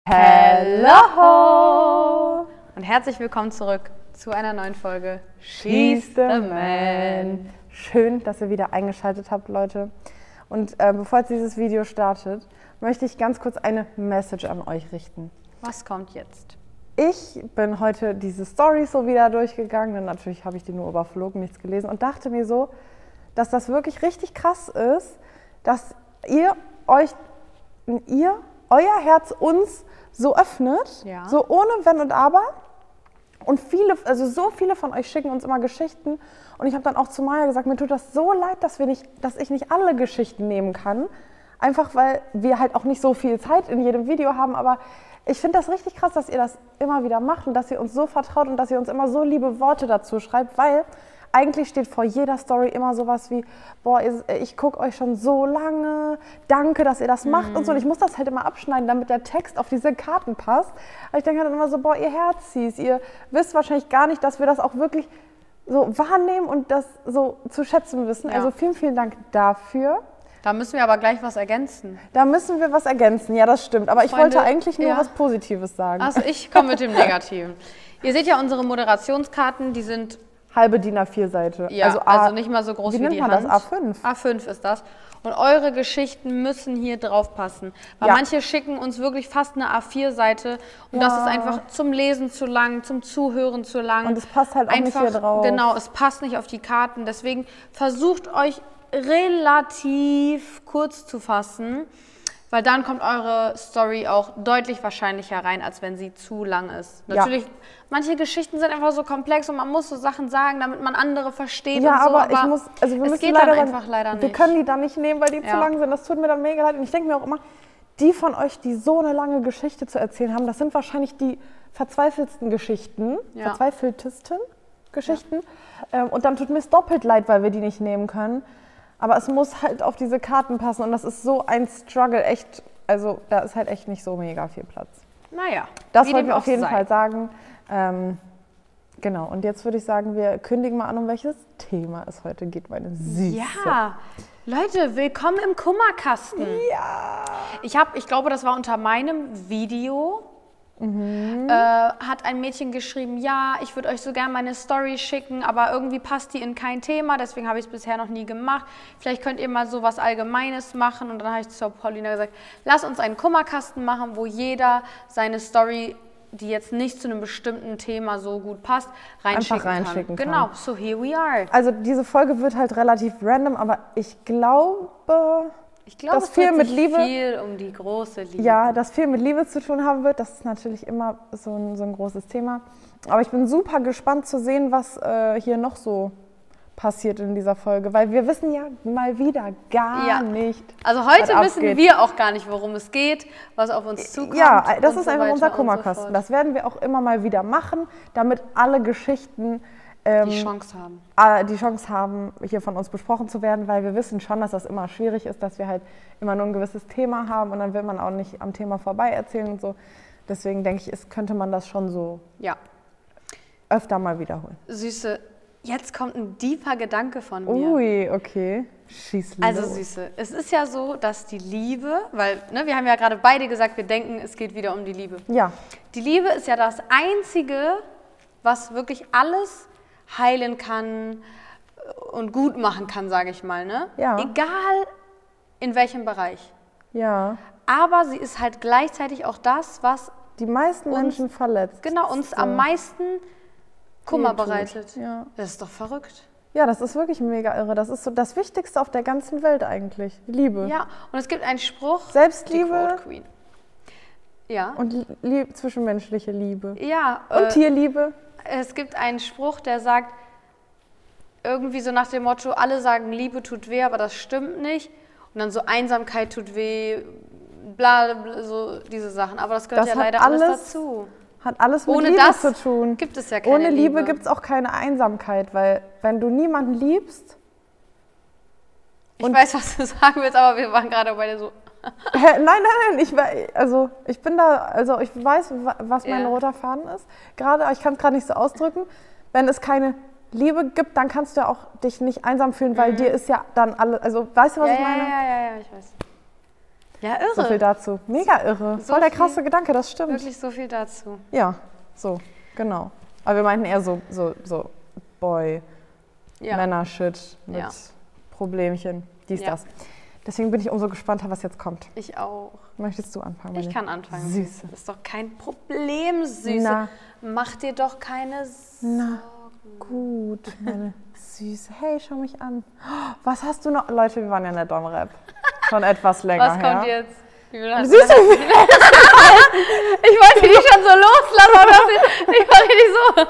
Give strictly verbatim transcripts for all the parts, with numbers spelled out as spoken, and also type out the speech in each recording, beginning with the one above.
Hello! Und herzlich willkommen zurück zu einer neuen Folge She's the Man. Schön, dass ihr wieder eingeschaltet habt, Leute. Und äh, bevor jetzt dieses Video startet, möchte ich ganz kurz eine Message an euch richten. Was kommt jetzt? Ich bin heute diese Storys so wieder durchgegangen, denn natürlich habe ich die nur überflogen, nichts gelesen und dachte mir so, dass das wirklich richtig krass ist, dass ihr euch, ihr, euer Herz uns so öffnet, Ja. so ohne Wenn und Aber. Und viele, also so viele von euch schicken uns immer Geschichten. Und ich habe dann auch zu Maya gesagt, mir tut das so leid, dass, wir nicht, dass ich nicht alle Geschichten nehmen kann. Einfach weil wir halt auch nicht so viel Zeit in jedem Video haben. Aber ich finde das richtig krass, dass ihr das immer wieder macht und dass ihr uns so vertraut und dass ihr uns immer so liebe Worte dazu schreibt, weil eigentlich steht vor jeder Story immer sowas wie, boah, ich gucke euch schon so lange, danke, dass ihr das macht mhm. und so. Und ich muss das halt immer abschneiden, damit der Text auf diese Karten passt. Aber ich denke dann immer so, boah, ihr Herzis, ihr wisst wahrscheinlich gar nicht, dass wir das auch wirklich so wahrnehmen und das so zu schätzen wissen. Ja. Also vielen, vielen Dank dafür. Da müssen wir aber gleich was ergänzen. Da müssen wir was ergänzen, ja, das stimmt. Aber ich Freunde, wollte eigentlich nur ja. was Positives sagen. Also ich komme mit dem Negativen. Ihr seht ja unsere Moderationskarten, die sind halbe D I N A vier Seite. Ja, also, A, also nicht mal so groß wie wie nennt die man Hand. das? A fünf? A fünf ist das. Und eure Geschichten müssen hier drauf passen. Weil Ja. manche schicken uns wirklich fast eine A vier Seite und Ja. das ist einfach zum Lesen zu lang, zum Zuhören zu lang. Und es passt halt auch einfach, nicht hier drauf. Genau, es passt nicht auf die Karten. Deswegen versucht euch relativ kurz zu fassen, weil dann kommt eure Story auch deutlich wahrscheinlicher rein, als wenn sie zu lang ist. Ja. Natürlich, manche Geschichten sind einfach so komplex und man muss so Sachen sagen, damit man andere versteht Ja, und so. aber, ich muss, also wir es müssen geht leider dann sagen, einfach leider wir nicht. können die dann nicht nehmen, weil die Ja. zu lang sind. Das tut mir dann mega leid. Und ich denke mir auch immer, die von euch, die so eine lange Geschichte zu erzählen haben, das sind wahrscheinlich die verzweifeltsten Geschichten, Ja. verzweifeltesten Geschichten. Ähm, und dann tut mir es doppelt leid, weil wir die nicht nehmen können. Aber es muss halt auf diese Karten passen und das ist so ein Struggle, echt. Also da ist halt echt nicht so mega viel Platz. Naja, Das wie wollten dem wir auch auf jeden sei. Fall sagen. Ähm, genau, und jetzt würde ich sagen, wir kündigen mal an, um welches Thema es heute geht, meine Süße. Ja, Leute, willkommen im Kummerkasten. Ja. Ich habe, ich glaube, das war unter meinem Video, Mhm. äh, hat ein Mädchen geschrieben, ja, ich würde euch so gerne meine Story schicken, aber irgendwie passt die in kein Thema, deswegen habe ich es bisher noch nie gemacht. Vielleicht könnt ihr mal so was Allgemeines machen. Und dann habe ich zur Paulina gesagt, lass uns einen Kummerkasten machen, wo jeder seine Story, die jetzt nicht zu einem bestimmten Thema so gut passt, reinschicken, Einfach reinschicken kann. kann. Genau, so here we are. Also diese Folge wird halt relativ random, aber ich glaube, Ich glaube, dass es viel wird mit sich Liebe, viel um die große Liebe. ja, dass viel mit Liebe zu tun haben wird. Das ist natürlich immer so ein, so ein großes Thema. Aber ich bin super gespannt zu sehen, was äh, hier noch so passiert in dieser Folge, weil wir wissen ja mal wieder gar Ja. nicht, Also heute was wissen abgeht. wir auch gar nicht, worum es geht, was auf uns zukommt. Ja, das und ist so einfach weiter unser und so Kummerkasten. fort. Das werden wir auch immer mal wieder machen, damit alle Geschichten ähm, Die Chance haben. äh, die Chance haben, hier von uns besprochen zu werden, weil wir wissen schon, dass das immer schwierig ist, dass wir halt immer nur ein gewisses Thema haben und dann will man auch nicht am Thema vorbei erzählen und so. Deswegen denke ich, es könnte man das schon so Ja, öfter mal wiederholen. Süße, jetzt kommt ein deeper Gedanke von mir. Ui, okay. Schieß los. Also Süße, es ist ja so, dass die Liebe, weil ne, wir haben ja gerade beide gesagt, wir denken, es geht wieder um die Liebe. Ja, Die Liebe ist ja das Einzige, was wirklich alles heilen kann und gut machen kann, sage ich mal. Ne? Ja. Egal in welchem Bereich. ja. Aber sie ist halt gleichzeitig auch das, was Die meisten Uns- Menschen verletzt. genau uns So. am meisten Kummer Wehtut. bereitet. Ja. Das ist doch verrückt. Ja, das ist wirklich mega irre. Das ist so das Wichtigste auf der ganzen Welt eigentlich. Liebe. Ja, und es gibt einen Spruch. Die Selbstliebe Quote Queen. Ja. und lieb, zwischenmenschliche Liebe. Ja. Und äh, Tierliebe. Es gibt einen Spruch, der sagt, irgendwie so nach dem Motto, alle sagen, Liebe tut weh, aber das stimmt nicht. Und dann so Einsamkeit tut weh, bla, bla so diese Sachen. Aber das gehört Das ja hat leider alles, alles dazu. Hat alles mit Ohne Liebe das zu tun. gibt es ja keine Ohne Liebe Liebe. gibt es auch keine Einsamkeit, weil wenn du niemanden liebst, Ich und- weiß, was du sagen willst, aber wir waren gerade beide so. Hä, nein, nein, nein, ich, wei- also ich bin da, also ich weiß, wa- was mein Ja. roter Faden ist, gerade, aber ich kann es gerade nicht so ausdrücken. Wenn es keine Liebe gibt, dann kannst du ja auch dich nicht einsam fühlen, weil dir ist ja dann alles, also weißt du, was Ja, ich ja, meine? ja, ja, ja, ich weiß. Ja, irre. So viel dazu. Mega irre. So Voll der viel- krasse Gedanke, das stimmt. Wirklich so viel dazu. Ja, so, genau. Aber wir meinten eher so, so, so Boy, Ja. Männer-Shit mit Ja. Problemchen, dies, Ja. das. Deswegen bin ich umso gespannter, was jetzt kommt. Ich auch. Möchtest du anfangen? Ich meine kann anfangen. Süße. Das ist doch kein Problem, Süße. Na. Mach dir doch keine Sorgen. Na, gut, meine Süße. Hey, schau mich an. Was hast du noch? Leute, wir waren ja in der Dom-Rap. Schon etwas länger Was her. kommt jetzt? Wie viel hast Süße, du? Ich wollte die schon so loslassen, aber das- ich war richtig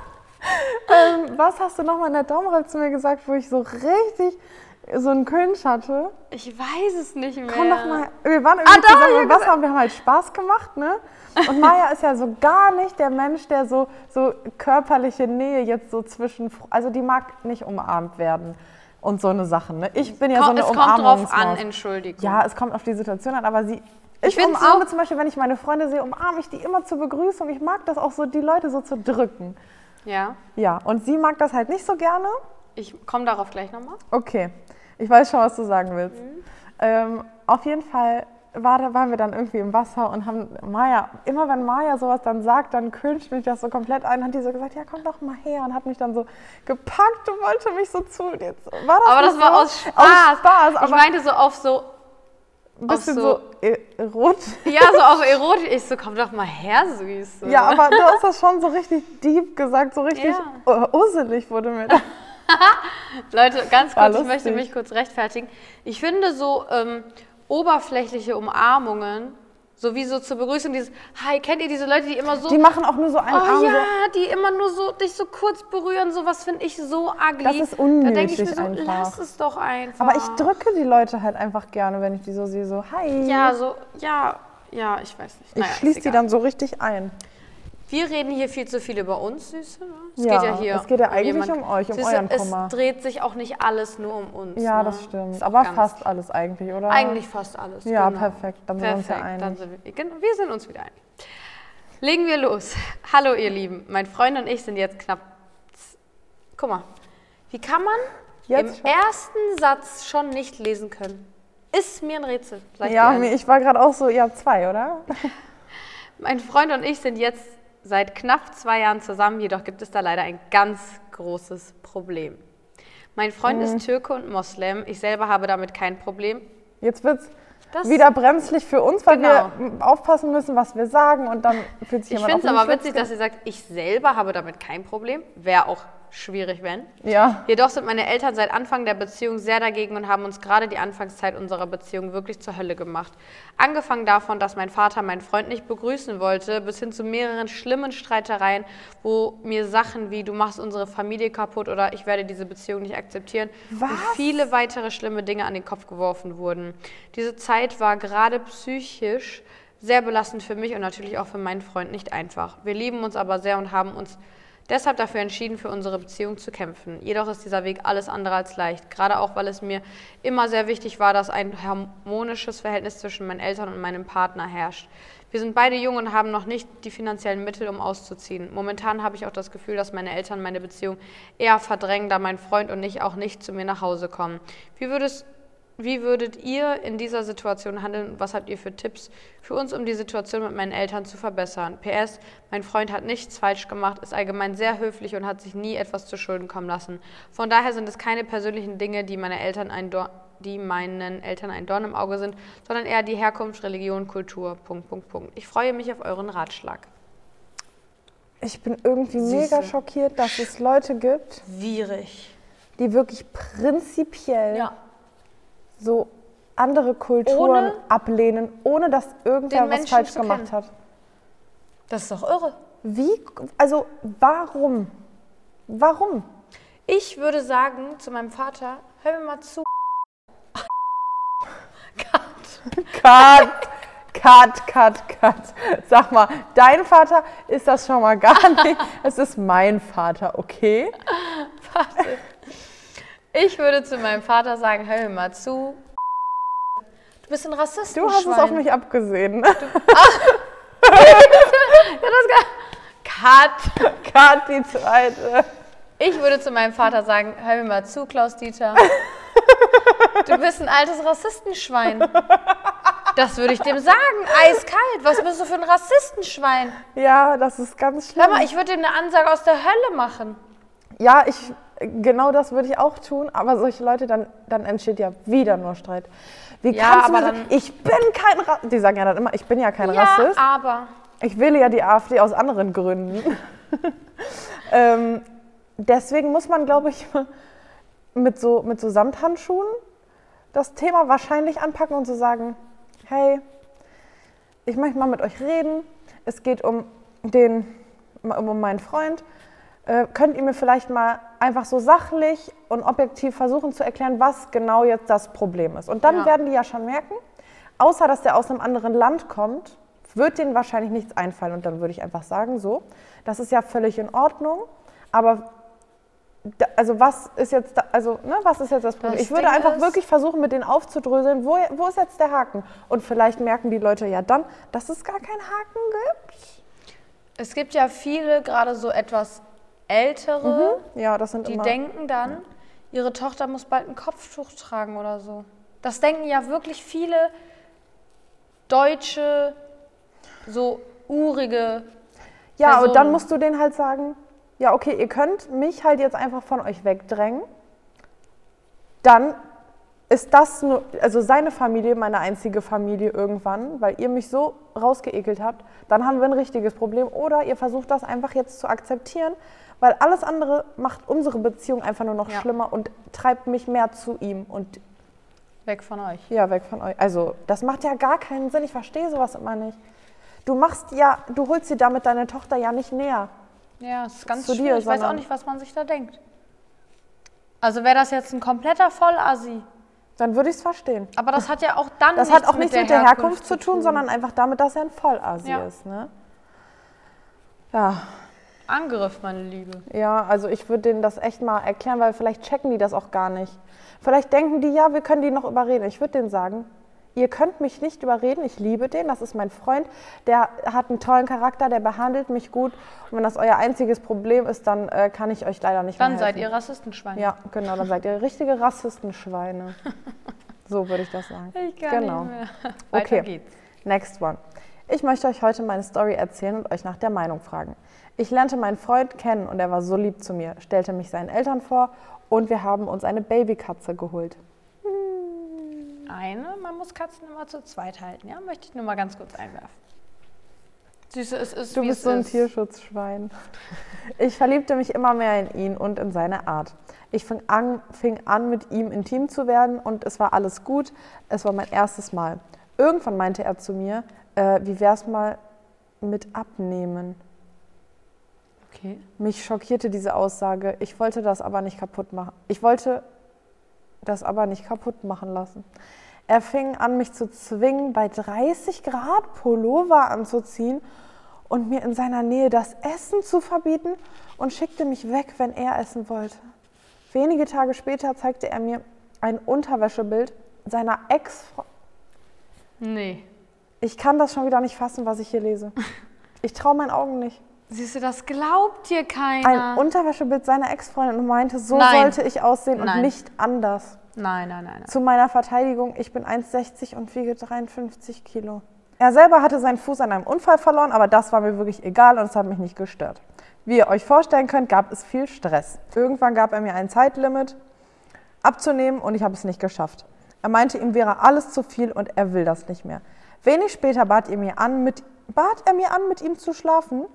so. ähm, was hast du nochmal in der Dom-Rap zu mir gesagt, wo ich so richtig so einen Cringe hatte? Ich weiß es nicht mehr. Komm doch mal. Wir waren irgendwie Ah, doch, zusammen ich im hab Wasser und wir haben halt Spaß gemacht, ne? Und Maya ist ja so gar nicht der Mensch, der so, so körperliche Nähe jetzt so zwischen, also die mag nicht umarmt werden und so eine Sachen, ne? Ich bin ja so Komm, eine es kommt drauf Umarmungsmaus. an, Entschuldigung. Ja, es kommt auf die Situation an, aber sie. Ich, Ich find's umarme so- zum Beispiel, wenn ich meine Freunde sehe, umarme ich die immer zur Begrüßung. Ich mag das auch so, die Leute so zu drücken. Ja, Ja, und sie mag das halt nicht so gerne. ich komme darauf gleich nochmal. Okay, ich weiß schon, was du sagen willst. Mhm. Ähm, auf jeden Fall war, da waren wir dann irgendwie im Wasser und haben Maya, immer wenn Maya sowas dann sagt, dann cringet mich das so komplett ein. Hat die so gesagt, ja komm doch mal her und hat mich dann so gepackt und wollte mich so zu. Jetzt, war das Aber nicht das war so? aus Spaß. Aus Spaß, Ich aber meinte so auf so, ein bisschen auf so, so- erotisch. ja, so auf erotisch. Ich so, komm doch mal her, Süße. Ja, aber du hast das schon so richtig deep gesagt, so richtig Ja. uh, usselig wurde mir das. Leute, ganz War kurz, ich möchte lustig. mich kurz rechtfertigen. Ich finde so ähm, oberflächliche Umarmungen, so wie so zur Begrüßung dieses, hi, kennt ihr diese Leute, die immer so, Die machen auch nur so einen oh Arm ja, so. die immer nur so, dich so kurz berühren, sowas finde ich so ugly. Das ist Da denke ich unnötig mir so, einfach. lass es doch einfach. Aber ich drücke die Leute halt einfach gerne, wenn ich die so sehe, so hi. Ja, so, ja, ja, ich weiß nicht. Ich Naja, schließe ist die egal. dann so richtig ein. Wir reden hier viel zu viel über uns, Süße. Ne? Es Ja, geht ja hier es geht ja eigentlich jemand- um euch, um Süße, euren Kummer. Es dreht sich auch nicht alles nur um uns. Ja, ne? das stimmt. Ist auch Aber ganz- fast alles eigentlich, oder? Eigentlich fast alles. Ja, genau. perfekt. Dann sind wir uns ja Perfekt, dann einig. sind wir, genau, wir sind uns wieder einig. Legen wir los. Hallo ihr Lieben, mein Freund und ich sind jetzt knapp... Guck mal, wie kann man Jetzt im schon? ersten Satz schon nicht lesen können? Ist mir ein Rätsel. sag ich dir Ja, ehrlich. mir- ich war gerade auch so, ihr habt zwei, oder? Mein Freund und ich sind jetzt seit knapp zwei Jahren zusammen, jedoch gibt es da leider ein ganz großes Problem. Mein Freund Mhm. ist Türke und Moslem, ich selber habe damit kein Problem. Jetzt wird's Das- wieder brenzlig für uns, weil Genau. wir aufpassen müssen, was wir sagen und dann fühlt sich Ich jemand finde es auf den aber Schlips witzig, dass sie sagt, ich selber habe damit kein Problem. Wäre auch schwierig, wenn. ge- Ja. Jedoch sind meine Eltern seit Anfang der Beziehung sehr dagegen und haben uns gerade die Anfangszeit unserer Beziehung wirklich zur Hölle gemacht. Angefangen davon, dass mein Vater meinen Freund nicht begrüßen wollte, bis hin zu mehreren schlimmen Streitereien, wo mir Sachen wie, du machst unsere Familie kaputt oder ich werde diese Beziehung nicht akzeptieren Was? und viele weitere schlimme Dinge an den Kopf geworfen wurden. Diese Zeit war gerade psychisch sehr belastend für mich und natürlich auch für meinen Freund nicht einfach. Wir lieben uns aber sehr und haben uns deshalb dafür entschieden, für unsere Beziehung zu kämpfen. Jedoch ist dieser Weg alles andere als leicht, gerade auch, weil es mir immer sehr wichtig war, dass ein harmonisches Verhältnis zwischen meinen Eltern und meinem Partner herrscht. Wir sind beide jung und haben noch nicht die finanziellen Mittel, um auszuziehen. Momentan habe ich auch das Gefühl, dass meine Eltern meine Beziehung eher verdrängen, da mein Freund und ich auch nicht zu mir nach Hause kommen. Wie würde es Wie würdet ihr in dieser Situation handeln und was habt ihr für Tipps für uns, um die Situation mit meinen Eltern zu verbessern? P S, mein Freund hat nichts falsch gemacht, ist allgemein sehr höflich und hat sich nie etwas zu Schulden kommen lassen. Von daher sind es keine persönlichen Dinge, die, meine Eltern ein Dor- die meinen Eltern ein Dorn im Auge sind, sondern eher die Herkunft, Religion, Kultur, Punkt, Punkt, Punkt. Ich freue mich auf euren Ratschlag. Ich bin irgendwie Süße. mega schockiert, dass es Leute gibt, Schwierig. die wirklich prinzipiell Ja. so andere Kulturen Ohne ablehnen, ohne dass irgendwer den was Menschen falsch zu gemacht kennen. hat. Das ist doch irre. Wie, also warum? Warum? Ich würde sagen zu meinem Vater, hör mir mal zu. Cut, cut, cut, cut. Sag mal, dein Vater ist das schon mal gar nicht. Es ist mein Vater, okay? Warte. Ich würde zu meinem Vater sagen, hör mir mal zu. Du bist ein Rassist. Du hast es auf mich abgesehen. Ja, das Cut. Cut, die zweite. Ich würde zu meinem Vater sagen, hör mir mal zu, Klaus Dieter. Du bist ein altes Rassistenschwein. Das würde ich dem sagen, eiskalt. Was bist du für ein Rassistenschwein? Ja, das ist ganz schlimm. Hör mal, ich würde ihm eine Ansage aus der Hölle machen. Ja, ich, genau das würde ich auch tun, aber solche Leute, dann, dann entsteht ja wieder nur Streit. Wie Ja, kannst du aber mir dann- so, ich bin kein Rassist. Die sagen ja dann immer, ich bin ja kein Ja, Rassist. aber... Ich wähle ja die AfD aus anderen Gründen. ähm, deswegen muss man, glaube ich, mit so, mit so Samthandschuhen das Thema wahrscheinlich anpacken und so sagen, hey, ich möchte mal mit euch reden. Es geht um, den, um meinen Freund. Äh, könnt ihr mir vielleicht mal einfach so sachlich und objektiv versuchen zu erklären, was genau jetzt das Problem ist? Und dann Ja. werden die ja schon merken, außer dass der aus einem anderen Land kommt, wird denen wahrscheinlich nichts einfallen. Und dann würde ich einfach sagen, so, das ist ja völlig in Ordnung, aber da, also was ist jetzt, da, also, ne, was ist jetzt das Problem? Das Ich würde Ding einfach ist- wirklich versuchen, mit denen aufzudröseln, wo, wo ist jetzt der Haken? Und vielleicht merken die Leute ja dann, dass es gar keinen Haken gibt. Es gibt ja viele, gerade so etwas Ältere, Ja, das sind die immer... denken dann, ihre Tochter muss bald ein Kopftuch tragen oder so. Das denken ja wirklich viele deutsche, so urige Ja, Personen. und dann musst du denen halt sagen, ja, okay, ihr könnt mich halt jetzt einfach von euch wegdrängen. Dann ist das nur, also seine Familie, meine einzige Familie irgendwann, weil ihr mich so rausgeekelt habt, dann haben wir ein richtiges Problem. Oder ihr versucht das einfach jetzt zu akzeptieren, weil alles andere macht unsere Beziehung einfach nur noch Ja. schlimmer und treibt mich mehr zu ihm und Weg von euch. ja, weg von euch. Also, das macht ja gar keinen Sinn. Ich verstehe sowas immer nicht. Du machst ja, du holst dir damit deine Tochter ja nicht näher. Ja, das ist ganz Zu dir, schwierig. Ich weiß auch sondern- nicht, was man sich da denkt. Also wäre das jetzt ein kompletter Vollassi. Dann würde ich es verstehen. Aber das hat ja auch dann Das nichts hat auch nichts mit der Herkunft zu tun, sondern einfach damit, dass er ein Vollasi Ja. ist. Ne? Ja, Angriff, meine Liebe. ja, also ich würde denen das echt mal erklären, weil vielleicht checken die das auch gar nicht. Vielleicht denken die, ja, wir können die noch überreden. Ich würde denen sagen, ihr könnt mich nicht überreden, ich liebe den, das ist mein Freund, der hat einen tollen Charakter, der behandelt mich gut. Und wenn das euer einziges Problem ist, dann äh, kann ich euch leider nicht Dann mehr seid helfen. ihr Rassistenschweine. Ja, genau, dann seid ihr richtige Rassistenschweine. So würde ich das sagen. Ich kann Genau. nicht mehr. Weiter Okay, geht's. next one. Ich möchte euch heute meine Story erzählen und euch nach der Meinung fragen. Ich lernte meinen Freund kennen und er war so lieb zu mir, stellte mich seinen Eltern vor und wir haben uns eine Babykatze geholt. Eine, man muss Katzen immer zu zweit halten, ja? Möchte ich nur mal ganz kurz einwerfen. Süße, es ist, Du wie bist es so ein ist. Tierschutzschwein. Ich verliebte mich immer mehr in ihn und in seine Art. Ich fing an, fing an, mit ihm intim zu werden und es war alles gut. Es war mein erstes Mal. Irgendwann meinte er zu mir, äh, wie wär's mal mit abnehmen? Okay. Mich schockierte diese Aussage. Ich wollte das aber nicht kaputt machen. Ich wollte das aber nicht kaputt machen lassen. Er fing an, mich zu zwingen, bei dreißig Grad Pullover anzuziehen und mir in seiner Nähe das Essen zu verbieten und schickte mich weg, wenn er essen wollte. Wenige Tage später zeigte er mir ein Unterwäschebild seiner Ex-Frau. Nee. Ich kann das schon wieder nicht fassen, was ich hier lese. Ich traue meinen Augen nicht. Siehst du, das glaubt dir keiner. Ein Unterwäschebild seiner Ex-Freundin und meinte, so Nein. sollte ich aussehen und Nein. nicht anders. nein, nein, nein, nein. Zu meiner Verteidigung, ich bin eins sechzig und wiege dreiundfünfzig Kilo. Er selber hatte seinen Fuß an einem Unfall verloren, aber das war mir wirklich egal und es hat mich nicht gestört. Wie ihr euch vorstellen könnt, gab es viel Stress. Irgendwann gab er mir ein Zeitlimit abzunehmen und ich habe es nicht geschafft. Er meinte, ihm wäre alles zu viel und er will das nicht mehr. Wenig später bat er mir an, mit, bat er mir an, mit ihm zu schlafen.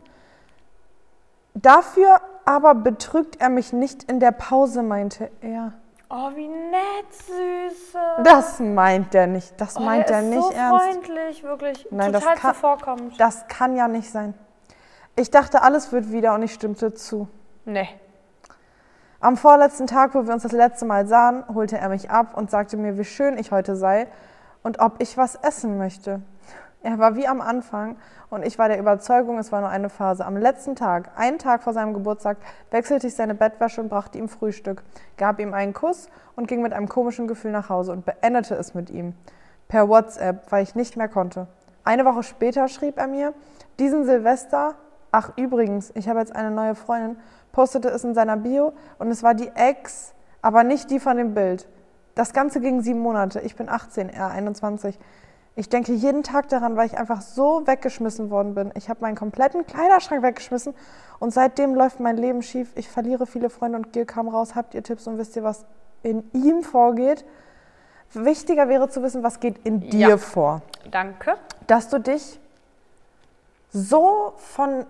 Dafür aber betrügt er mich nicht in der Pause, meinte er. Oh, wie nett, Süße. Das meint er nicht. Das oh, meint der er ist nicht so ernst. freundlich, wirklich. Nein, das total kann- zuvorkommend. Das kann ja nicht sein. Ich dachte, alles wird wieder und ich stimmte zu. Nee. Am vorletzten Tag, wo wir uns das letzte Mal sahen, holte er mich ab und sagte mir, wie schön ich heute sei und ob ich was essen möchte. Er war wie am Anfang und ich war der Überzeugung, es war nur eine Phase. Am letzten Tag, einen Tag vor seinem Geburtstag, wechselte ich seine Bettwäsche und brachte ihm Frühstück, gab ihm einen Kuss und ging mit einem komischen Gefühl nach Hause und beendete es mit ihm. Per WhatsApp, weil ich nicht mehr konnte. Eine Woche später schrieb er mir, diesen Silvester, ach übrigens, ich habe jetzt eine neue Freundin, postete es in seiner Bio und es war die Ex, aber nicht die von dem Bild. Das Ganze ging sieben Monate, ich bin achtzehn, er einundzwanzig. Ich denke jeden Tag daran, weil ich einfach so weggeschmissen worden bin. Ich habe meinen kompletten Kleiderschrank weggeschmissen und seitdem läuft mein Leben schief. Ich verliere viele Freunde und Gil kam raus. Habt ihr Tipps und wisst ihr, was in ihm vorgeht? Wichtiger wäre zu wissen, was geht in dir Ja. vor. Danke. Dass du dich so von,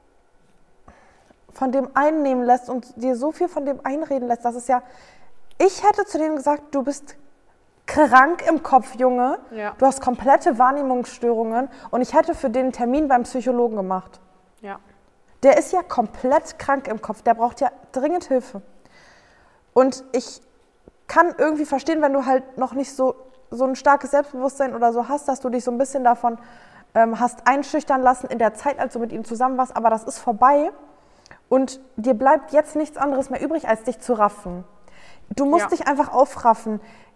von dem einnehmen lässt und dir so viel von dem einreden lässt. Das ist ja, ich hätte zu denen gesagt, du bist krank im Kopf, Junge. Ja. Du hast komplette Wahrnehmungsstörungen und ich hätte für den einen Termin beim Psychologen gemacht. Ja. Der ist ja komplett krank im Kopf, der braucht ja dringend Hilfe. Und ich kann irgendwie verstehen, wenn du halt noch nicht so, so ein starkes Selbstbewusstsein oder so hast, dass du dich so ein bisschen davon ähm, hast einschüchtern lassen in der Zeit, als du mit ihm zusammen warst, aber das ist vorbei und dir bleibt jetzt nichts anderes mehr übrig, als dich zu raffen. Du musst Ja. dich einfach aufraffen.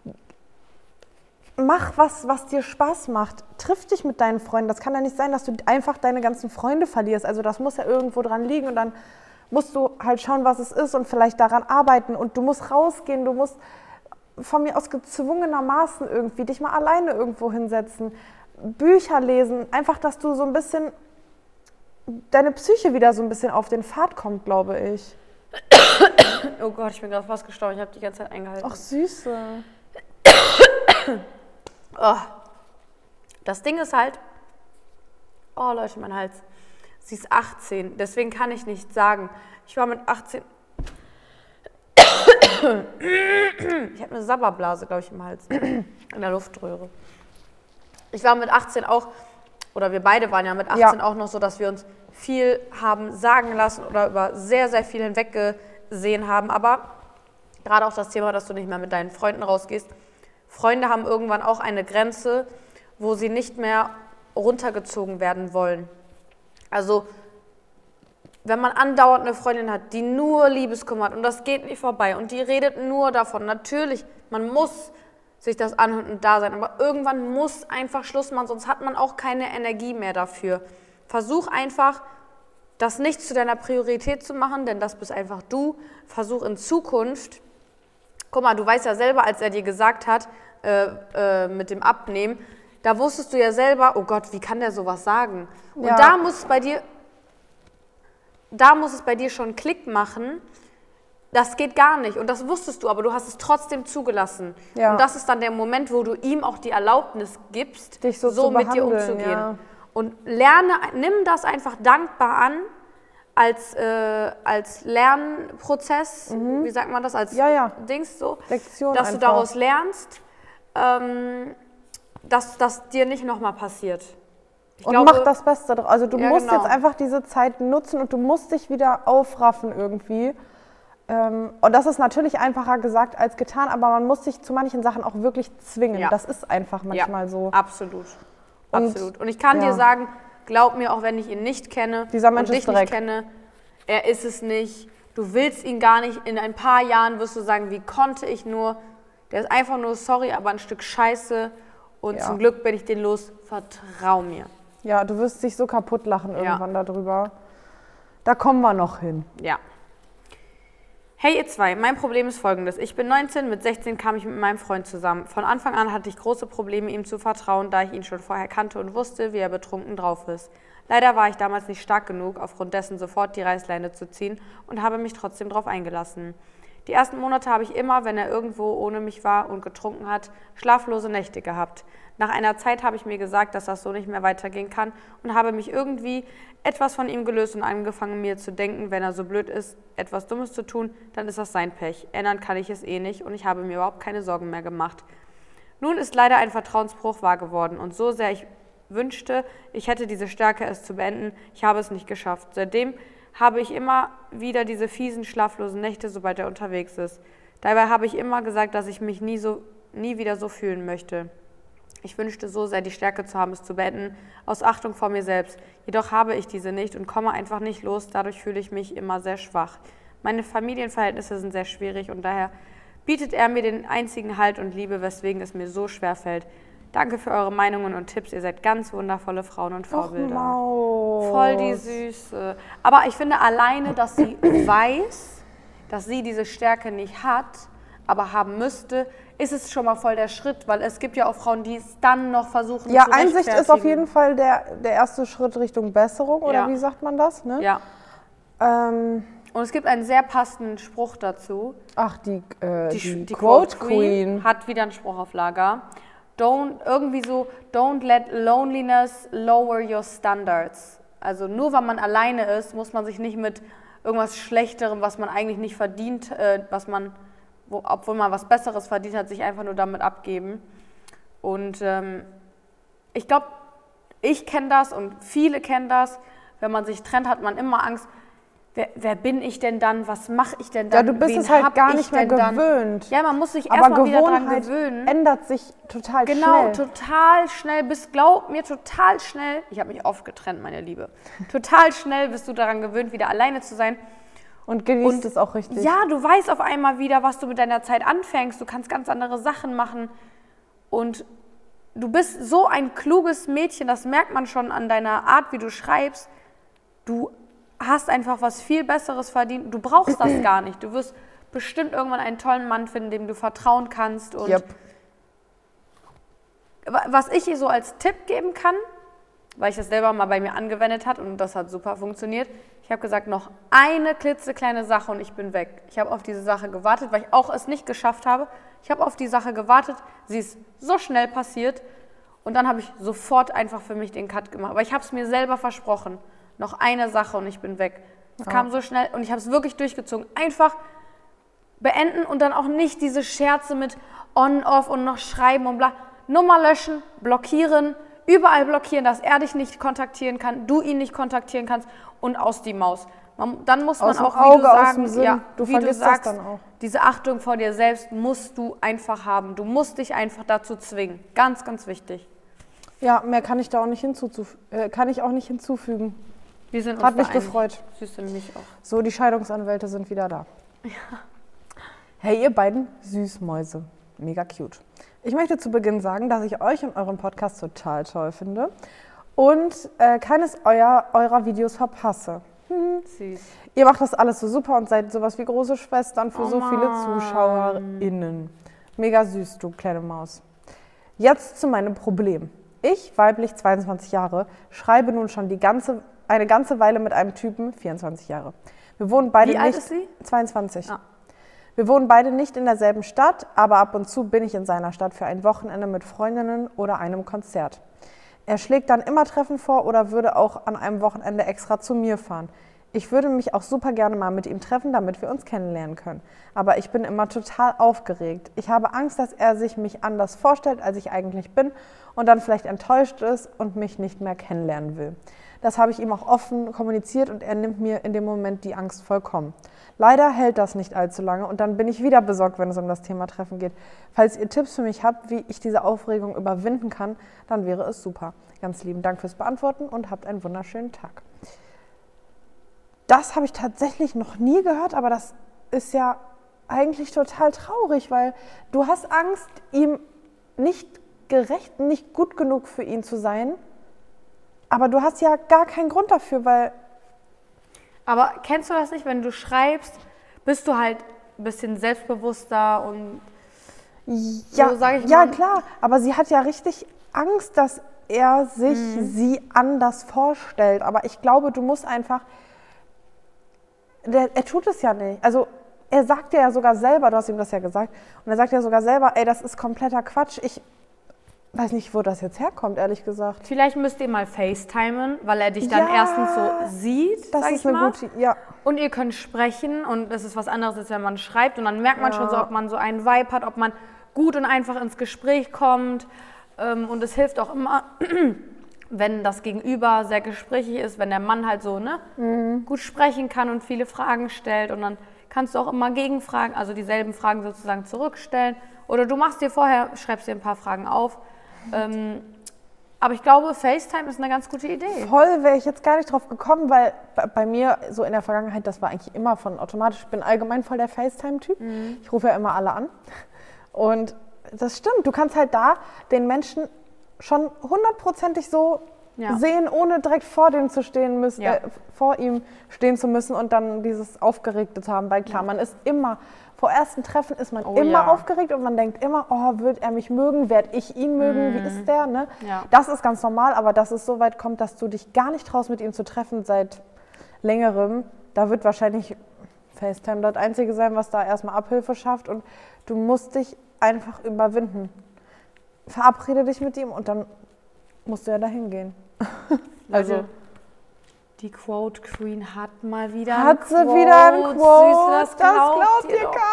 Mach was, was dir Spaß macht. Triff dich mit deinen Freunden. Das kann ja nicht sein, dass du einfach deine ganzen Freunde verlierst. Also das muss ja irgendwo dran liegen und dann musst du halt schauen, was es ist und vielleicht daran arbeiten und du musst rausgehen, du musst von mir aus gezwungenermaßen irgendwie dich mal alleine irgendwo hinsetzen, Bücher lesen, einfach, dass du so ein bisschen, deine Psyche wieder so ein bisschen auf den Pfad kommt, glaube ich. Oh Gott, ich bin gerade fast gestorben. Ich habe die ganze Zeit eingehalten. Ach, Süße. Oh. Das Ding ist halt, oh Leute, mein Hals. Sie ist achtzehn, deswegen kann ich nicht sagen. Ich war mit achtzehn. Ich habe eine Sabberblase, glaube ich, im Hals. In der Luftröhre. Ich war mit achtzehn auch, oder wir beide waren ja mit achtzehn Ja. auch noch so, dass wir uns viel haben sagen lassen oder über sehr, sehr viel hinweggesehen haben. Aber gerade auch das Thema, dass du nicht mehr mit deinen Freunden rausgehst. Freunde haben irgendwann auch eine Grenze, wo sie nicht mehr runtergezogen werden wollen. Also, wenn man andauernd eine Freundin hat, die nur Liebeskummer hat und das geht nicht vorbei und die redet nur davon, natürlich, man muss sich das anhören und da sein, aber irgendwann muss einfach Schluss machen, sonst hat man auch keine Energie mehr dafür. Versuch einfach, das nicht zu deiner Priorität zu machen, denn das bist einfach du. Versuch in Zukunft, guck mal, du weißt ja selber, als er dir gesagt hat, äh, äh, mit dem Abnehmen, da wusstest du ja selber, oh Gott, wie kann der sowas sagen? Und Ja. da muss es bei dir, da muss es bei dir schon einen Klick machen, das geht gar nicht. Und das wusstest du, aber du hast es trotzdem zugelassen. Ja. Und das ist dann der Moment, wo du ihm auch die Erlaubnis gibst, Dich so zu mit dir behandeln, umzugehen. ja. Und lerne, nimm das einfach dankbar an als, äh, als Lernprozess, wie sagt man das, als Ja, ja. Dings so, Lektion dass du einfach. daraus lernst, ähm, dass das dir nicht nochmal passiert. Ich Und glaube, mach das Beste draus. Also du Ja, musst genau. jetzt einfach diese Zeit nutzen und du musst dich wieder aufraffen irgendwie. Ähm, und das ist natürlich einfacher gesagt als getan, aber man muss sich zu manchen Sachen auch wirklich zwingen. Ja. Das ist einfach manchmal ja, so. Absolut. Und- absolut. Und ich kann ja. dir sagen, glaub mir, auch wenn ich ihn nicht kenne Dieser Mensch und ist dich Dreck. nicht kenne, er ist es nicht. Du willst ihn gar nicht. In ein paar Jahren wirst du sagen, wie konnte ich nur? Der ist einfach nur, sorry, aber ein Stück Scheiße. Und Ja. zum Glück bin ich den los. Vertrau mir. Ja, du wirst dich so kaputt lachen Ja. irgendwann darüber. Da kommen wir noch hin. Ja. Hey ihr zwei, mein Problem ist folgendes. Ich bin neunzehn, mit sechzehn kam ich mit meinem Freund zusammen. Von Anfang an hatte ich große Probleme, ihm zu vertrauen, da ich ihn schon vorher kannte und wusste, wie er betrunken drauf ist. Leider war ich damals nicht stark genug, aufgrund dessen sofort die Reißleine zu ziehen und habe mich trotzdem darauf eingelassen. Die ersten Monate habe ich immer, wenn er irgendwo ohne mich war und getrunken hat, schlaflose Nächte gehabt. Nach einer Zeit habe ich mir gesagt, dass das so nicht mehr weitergehen kann und habe mich irgendwie etwas von ihm gelöst und angefangen, mir zu denken, wenn er so blöd ist, etwas Dummes zu tun, dann ist das sein Pech. Ändern kann ich es eh nicht und ich habe mir überhaupt keine Sorgen mehr gemacht. Nun ist leider ein Vertrauensbruch wahr geworden und so sehr ich wünschte, ich hätte diese Stärke, es zu beenden, ich habe es nicht geschafft. Seitdem habe ich immer wieder diese fiesen, schlaflosen Nächte, sobald er unterwegs ist. Dabei habe ich immer gesagt, dass ich mich nie, so, nie wieder so fühlen möchte. Ich wünschte so sehr, die Stärke zu haben, es zu beenden, aus Achtung vor mir selbst. Jedoch habe ich diese nicht und komme einfach nicht los, dadurch fühle ich mich immer sehr schwach. Meine Familienverhältnisse sind sehr schwierig und daher bietet er mir den einzigen Halt und Liebe, weswegen es mir so schwer fällt. Danke für eure Meinungen und Tipps, ihr seid ganz wundervolle Frauen und Vorbilder. Maus. Voll die Süße. Aber ich finde alleine, dass sie weiß, dass sie diese Stärke nicht hat, aber haben müsste, ist es schon mal voll der Schritt, weil es gibt ja auch Frauen, die es dann noch versuchen ja, zu Einsicht ist auf jeden Fall der, der erste Schritt Richtung Besserung, oder ja. wie sagt man das? Ne? Ja. Ähm, Und es gibt einen sehr passenden Spruch dazu. ach, die, äh, die, Die, die Quote, Quote Queen. Queen hat wieder einen Spruch auf Lager. Don't, irgendwie so, don't let loneliness lower your standards. Also nur weil man alleine ist, muss man sich nicht mit irgendwas Schlechterem, was man eigentlich nicht verdient, äh, was man, wo, obwohl man was Besseres verdient hat, sich einfach nur damit abgeben. Und ähm, ich glaube, ich kenne das und viele kennen das. Wenn man sich trennt, hat man immer Angst. Wer, wer bin ich denn dann? Was mache ich denn dann? Ja, du bist Wen es halt hab gar ich nicht mehr denn dann? gewöhnt. Ja, man muss sich Aber erstmal wieder dran Gewohnheit gewöhnen. ändert sich total Genau, schnell. total schnell. Bist, glaub mir, total schnell. Ich habe mich oft getrennt, meine Liebe. Total schnell bist du daran gewöhnt, wieder alleine zu sein. Und genießt Und es auch richtig. Ja, du weißt auf einmal wieder, was du mit deiner Zeit anfängst. Du kannst ganz andere Sachen machen. Und du bist so ein kluges Mädchen, das merkt man schon an deiner Art, wie du schreibst. Du hast einfach was viel Besseres verdient. Du brauchst das gar nicht. Du wirst bestimmt irgendwann einen tollen Mann finden, dem du vertrauen kannst. Und Yep. was ich ihr so als Tipp geben kann, weil ich das selber mal bei mir angewendet habe und das hat super funktioniert. Ich habe gesagt, noch eine klitzekleine Sache und ich bin weg. Ich habe auf diese Sache gewartet, weil ich auch es nicht geschafft habe. Ich habe auf die Sache gewartet, sie ist so schnell passiert und dann habe ich sofort einfach für mich den Cut gemacht. Aber ich habe es mir selber versprochen. Noch eine Sache und ich bin weg. Es Ja. kam so schnell und ich habe es wirklich durchgezogen. Einfach beenden und dann auch nicht diese Scherze mit on, off und noch schreiben und bla. Nummer löschen, blockieren, überall blockieren, dass er dich nicht kontaktieren kann, du ihn nicht kontaktieren kannst und aus die Maus. Man, dann muss man Aus dem auch, wie Auge, du aus sagen, dem Sinn. ja, Du wie du vergisst das sagst, dann auch. diese Achtung vor dir selbst musst du einfach haben. Du musst dich einfach dazu zwingen. Ganz, ganz wichtig. Ja, mehr kann ich da auch nicht, hinzuzuf- äh, kann ich auch nicht hinzufügen. Wir sind uns Hat mich da einig. gefreut. Süß und mich auch. So, die Scheidungsanwälte sind wieder da. Ja. Hey, ihr beiden Süßmäuse. Mega cute. Ich möchte zu Beginn sagen, dass ich euch und euren Podcast total toll finde und äh, keines euer, eurer Videos verpasse. Hm. Süß. Ihr macht das alles so super und seid sowas wie große Schwestern für Oh so viele Mann. ZuschauerInnen. Mega süß, du kleine Maus. Jetzt zu meinem Problem. Ich, weiblich zweiundzwanzig Jahre, schreibe nun schon die ganze, eine ganze Weile mit einem Typen, vierundzwanzig Jahre. Wir wohnen beide Wie nicht, alt ist sie? zweiundzwanzig. Ah. Wir wohnen beide nicht in derselben Stadt, aber ab und zu bin ich in seiner Stadt für ein Wochenende mit Freundinnen oder einem Konzert. Er schlägt dann immer Treffen vor oder würde auch an einem Wochenende extra zu mir fahren. Ich würde mich auch super gerne mal mit ihm treffen, damit wir uns kennenlernen können. Aber ich bin immer total aufgeregt. Ich habe Angst, dass er sich mich anders vorstellt, als ich eigentlich bin und dann vielleicht enttäuscht ist und mich nicht mehr kennenlernen will. Das habe ich ihm auch offen kommuniziert und er nimmt mir in dem Moment die Angst vollkommen. Leider hält das nicht allzu lange und dann bin ich wieder besorgt, wenn es um das Thema Treffen geht. Falls ihr Tipps für mich habt, wie ich diese Aufregung überwinden kann, dann wäre es super. Ganz lieben Dank fürs Beantworten und habt einen wunderschönen Tag. Das habe ich tatsächlich noch nie gehört, aber das ist ja eigentlich total traurig, weil du hast Angst, ihm nicht gerecht, nicht gut genug für ihn zu sein, aber du hast ja gar keinen Grund dafür, weil... Aber kennst du das nicht, wenn du schreibst, bist du halt ein bisschen selbstbewusster und Ja, so, sag ich ja mal. klar, aber sie hat ja richtig Angst, dass er sich Mhm. sie anders vorstellt. Aber ich glaube, du musst einfach, der, er tut es ja nicht. Also er sagt dir ja sogar selber, du hast ihm das ja gesagt, und er sagt ja sogar selber, ey, das ist kompletter Quatsch. Ich weiß nicht, wo das jetzt herkommt, ehrlich gesagt. vielleicht müsst ihr mal FaceTimen, weil er dich dann Ja, erstens so sieht, Das sag ist ich eine mal. gute, ja. Und ihr könnt sprechen und das ist was anderes, als wenn man schreibt. Und dann merkt man Ja. schon so, ob man so einen Vibe hat, ob man gut und einfach ins Gespräch kommt. Ähm, Und es hilft auch immer, wenn das Gegenüber sehr gesprächig ist, wenn der Mann halt so ne, Mhm. gut sprechen kann und viele Fragen stellt. Und dann kannst du auch immer Gegenfragen, also dieselben Fragen sozusagen zurückstellen. Oder du machst dir vorher, schreibst dir ein paar Fragen auf. Ähm, aber ich glaube, FaceTime ist eine ganz gute Idee. Voll wäre ich jetzt gar nicht drauf gekommen, weil bei- bei mir so in der Vergangenheit, das war eigentlich immer von automatisch, ich bin allgemein voll der FaceTime-Typ. Ich rufe ja immer alle an. Und das stimmt, du kannst halt da den Menschen schon hundertprozentig so Ja. sehen, ohne direkt vor dem zu stehen müssen, Ja. äh, vor ihm stehen zu müssen und dann dieses Aufgeregte zu haben. Weil klar, man ist immer, vor ersten Treffen ist man Oh immer ja. aufgeregt und man denkt immer, oh, wird er mich mögen, werde ich ihn mögen, wie ist der, ne? Ja. Das ist ganz normal, aber dass es so weit kommt, dass du dich gar nicht traust, mit ihm zu treffen seit längerem, da wird wahrscheinlich FaceTime das Einzige sein, was da erstmal Abhilfe schafft und du musst dich einfach überwinden. Verabrede dich mit ihm und dann musst du ja dahin gehen. Also, die Quote Queen hat mal wieder Hat ein sie Quote. wieder ein Quote? Süß, das glaubt, glaubt dir dir doch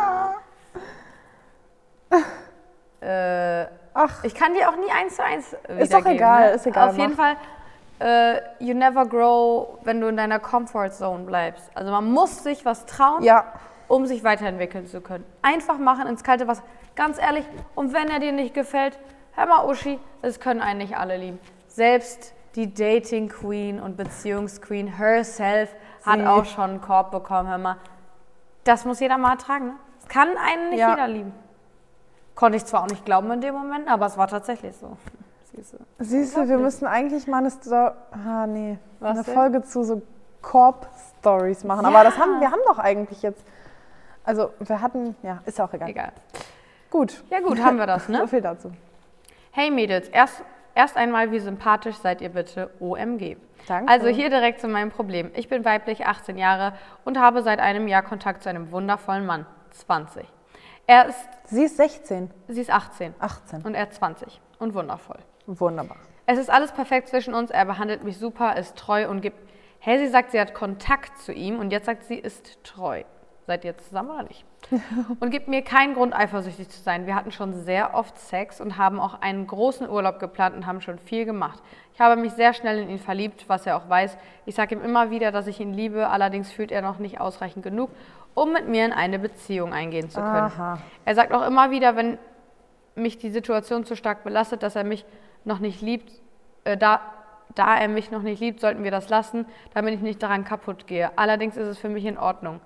keiner. Äh, Ach, ich kann dir auch nie eins zu eins wiedergeben. Ist doch egal, ne? ist egal, Auf jeden Fall, äh, you never grow, wenn du in deiner Comfort Zone bleibst. Also man muss sich was trauen, ja. um sich weiterentwickeln zu können. Einfach machen ins kalte Wasser. Ganz ehrlich, und wenn er dir nicht gefällt, hör mal Uschi, es können einen nicht alle lieben. Selbst die Dating Queen und Beziehungsqueen herself hat Sie. auch schon einen Korb bekommen, hör mal. Das muss jeder mal ertragen, ne? Es kann einen nicht Ja. jeder lieben. Konnte ich zwar auch nicht glauben in dem Moment, aber es war tatsächlich so. Siehste. Siehst du, wir Unglaublich. müssen eigentlich mal eine, Sto- ah, nee, Was eine denn? Folge zu so Korb-Stories machen. Ja. Aber das haben, wir haben doch eigentlich jetzt, also wir hatten, ja, ist ja auch egal. Egal. Gut. Ja gut, haben wir das, So ne? viel dazu. Hey Mädels, erst, erst einmal, wie sympathisch seid ihr bitte? O M G. Danke. Also hier direkt zu meinem Problem. Ich bin weiblich, achtzehn Jahre und habe seit einem Jahr Kontakt zu einem wundervollen Mann, zwanzig. Er ist, Sie ist sechzehn, sie ist achtzehn achtzehn. und er zwanzig und wundervoll. Wunderbar. Es ist alles perfekt zwischen uns, er behandelt mich super, ist treu und gibt... Hey, sie sagt, sie hat Kontakt zu ihm und jetzt sagt sie, ist treu. Seid ihr zusammen oder nicht? Und gibt mir keinen Grund, eifersüchtig zu sein. Wir hatten schon sehr oft Sex und haben auch einen großen Urlaub geplant und haben schon viel gemacht. Ich habe mich sehr schnell in ihn verliebt, was er auch weiß. Ich sage ihm immer wieder, dass ich ihn liebe, allerdings fühlt er noch nicht ausreichend genug, um mit mir in eine Beziehung eingehen zu können. Aha. Er sagt auch immer wieder, wenn mich die Situation zu stark belastet, dass er mich noch nicht liebt, äh, da, da er mich noch nicht liebt, sollten wir das lassen, damit ich nicht daran kaputt gehe. Allerdings ist es für mich in Ordnung.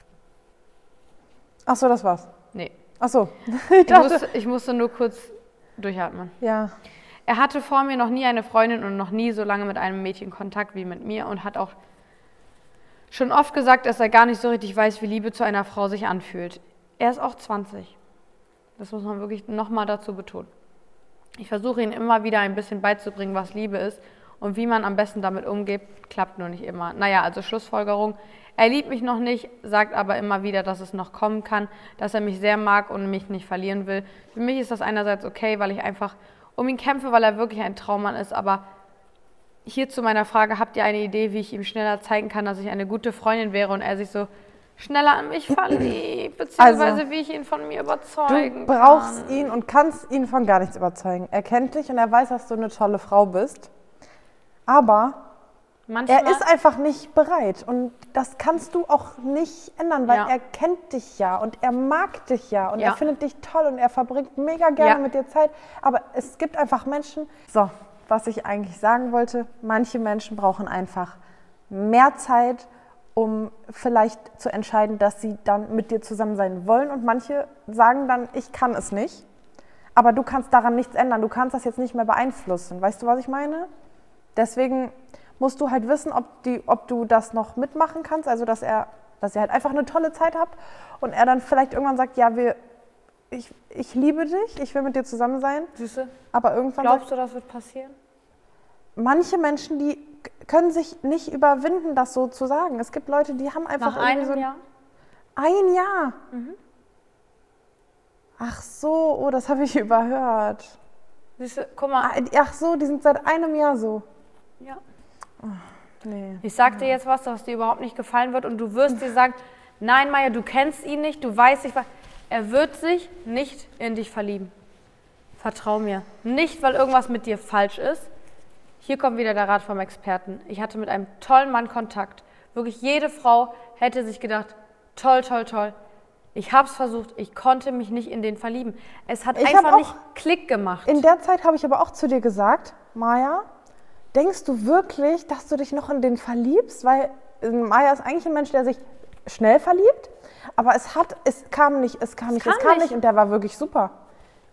Ach so, das war's. Nee, Ach so. ich musste, ich musste nur kurz durchatmen. Ja. Er hatte vor mir noch nie eine Freundin und noch nie so lange mit einem Mädchen Kontakt wie mit mir und hat auch schon oft gesagt, dass er gar nicht so richtig weiß, wie Liebe zu einer Frau sich anfühlt. Er ist auch zwanzig. Das muss man wirklich nochmal dazu betonen. Ich versuche ihn immer wieder ein bisschen beizubringen, was Liebe ist und wie man am besten damit umgeht, klappt nur nicht immer. Naja, also Schlussfolgerung. Er liebt mich noch nicht, sagt aber immer wieder, dass es noch kommen kann, dass er mich sehr mag und mich nicht verlieren will. Für mich ist das einerseits okay, weil ich einfach um ihn kämpfe, weil er wirklich ein Traummann ist. Aber hier zu meiner Frage, habt ihr eine Idee, wie ich ihm schneller zeigen kann, dass ich eine gute Freundin wäre und er sich so schneller an mich verliebt, beziehungsweise Also, wie ich ihn von mir überzeugen Du brauchst kann. ihn und kannst ihn von gar nichts überzeugen. Er kennt dich und er weiß, dass du eine tolle Frau bist. Aber Manchmal, er ist einfach nicht bereit und das kannst du auch nicht ändern, weil Ja. er kennt dich ja und er mag dich ja und Ja. er findet dich toll und er verbringt mega gerne Ja. mit dir Zeit. Aber es gibt einfach Menschen, so, was ich eigentlich sagen wollte, manche Menschen brauchen einfach mehr Zeit, um vielleicht zu entscheiden, dass sie dann mit dir zusammen sein wollen und manche sagen dann, ich kann es nicht. Aber du kannst daran nichts ändern, du kannst das jetzt nicht mehr beeinflussen. Weißt du, was ich meine? Deswegen musst du halt wissen, ob, die, ob du das noch mitmachen kannst, also dass er, dass ihr halt einfach eine tolle Zeit habt und er dann vielleicht irgendwann sagt, ja, wir, ich, ich liebe dich, ich will mit dir zusammen sein, Süße, aber irgendwann glaubst sagt, du, das wird passieren? manche Menschen, die k- können sich nicht überwinden, das so zu sagen. Es gibt Leute, die haben einfach Nach irgendwie einem so ein, Jahr? ein Jahr. Ach so, oh, das habe ich überhört. Süße, guck mal. Ah, Ach so, die sind seit einem Jahr so. Ja. Nee. Ich sag dir jetzt was, was dir überhaupt nicht gefallen wird und du wirst dir sagen, nein, Maya, du kennst ihn nicht, du weißt nicht, was. Er wird sich nicht in dich verlieben. Vertrau mir. Nicht, weil irgendwas mit dir falsch ist. Hier kommt wieder der Rat vom Experten. Ich hatte mit einem tollen Mann Kontakt. Wirklich jede Frau hätte sich gedacht, toll, toll, toll. Ich hab's versucht, ich konnte mich nicht in den verlieben. Es hat Ich hab einfach auch nicht Klick gemacht. In der Zeit habe ich aber auch zu dir gesagt, Maya, denkst du wirklich, dass du dich noch in den verliebst? Weil äh, Maya ist eigentlich ein Mensch, der sich schnell verliebt, aber es hat, es kam nicht, es kam nicht, kam es kam nicht. nicht und der war wirklich super.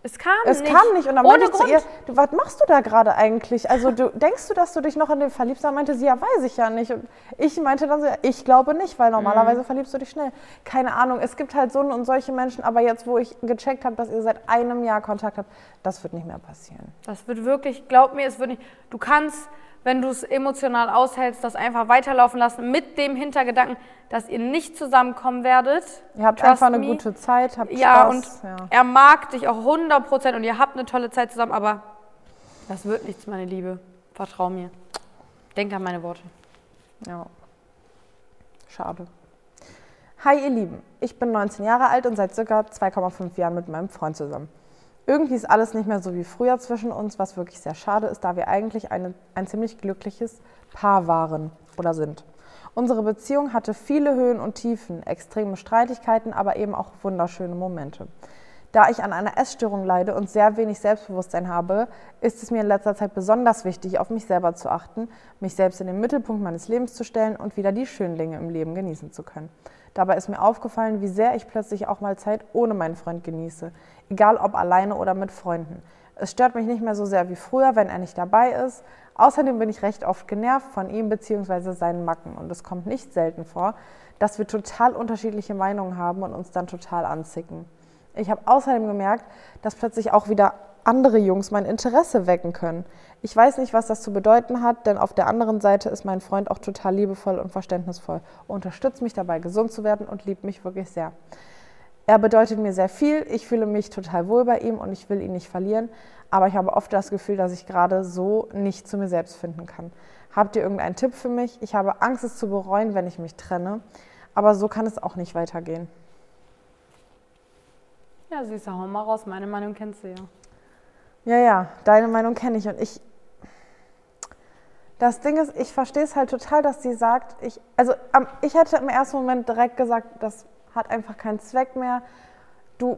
Es kam es nicht. Es kam nicht. Und dann Ohne meinte ich Grund. zu ihr, du, was machst du da gerade eigentlich? Also du, denkst du, dass du dich noch in den verliebst? Dann meinte sie, ja, weiß ich ja nicht. Und ich meinte dann so, ja, ich glaube nicht, weil normalerweise mhm. verliebst du dich schnell. Keine Ahnung, es gibt halt so und solche Menschen, aber jetzt, wo ich gecheckt habe, dass ihr seit einem Jahr Kontakt habt, das wird nicht mehr passieren. Das wird wirklich, glaub mir, es wird nicht, du kannst, wenn du es emotional aushältst, das einfach weiterlaufen lassen mit dem Hintergedanken, dass ihr nicht zusammenkommen werdet. Ihr habt einfach eine me. gute Zeit, habt ja, Spaß. Und ja, und er mag dich auch hundert Prozent und ihr habt eine tolle Zeit zusammen, aber das wird nichts, meine Liebe. Vertrau mir. Denk an meine Worte. Ja. Schade. Hi, ihr Lieben. Ich bin neunzehn Jahre alt und seit circa zwei Komma fünf Jahren mit meinem Freund zusammen. Irgendwie ist alles nicht mehr so wie früher zwischen uns, was wirklich sehr schade ist, da wir eigentlich eine, ein ziemlich glückliches Paar waren oder sind. Unsere Beziehung hatte viele Höhen und Tiefen, extreme Streitigkeiten, aber eben auch wunderschöne Momente. Da ich an einer Essstörung leide und sehr wenig Selbstbewusstsein habe, ist es mir in letzter Zeit besonders wichtig, auf mich selber zu achten, mich selbst in den Mittelpunkt meines Lebens zu stellen und wieder die schönen Dinge im Leben genießen zu können. Dabei ist mir aufgefallen, wie sehr ich plötzlich auch mal Zeit ohne meinen Freund genieße, egal ob alleine oder mit Freunden. Es stört mich nicht mehr so sehr wie früher, wenn er nicht dabei ist. Außerdem bin ich recht oft genervt von ihm bzw. seinen Macken und es kommt nicht selten vor, dass wir total unterschiedliche Meinungen haben und uns dann total anzicken. Ich habe außerdem gemerkt, dass plötzlich auch wieder andere Jungs mein Interesse wecken können. Ich weiß nicht, was das zu bedeuten hat, denn auf der anderen Seite ist mein Freund auch total liebevoll und verständnisvoll, unterstützt mich dabei, gesund zu werden und liebt mich wirklich sehr. Er bedeutet mir sehr viel, ich fühle mich total wohl bei ihm und ich will ihn nicht verlieren, aber ich habe oft das Gefühl, dass ich gerade so nicht zu mir selbst finden kann. Habt ihr irgendeinen Tipp für mich? Ich habe Angst, es zu bereuen, wenn ich mich trenne, aber so kann es auch nicht weitergehen. Ja, Süße, hau mal raus, meine Meinung kennst du ja. Ja, ja, deine Meinung kenne ich und ich, das Ding ist, ich verstehe es halt total, dass sie sagt, ich, also ich hätte im ersten Moment direkt gesagt, das hat einfach keinen Zweck mehr, du,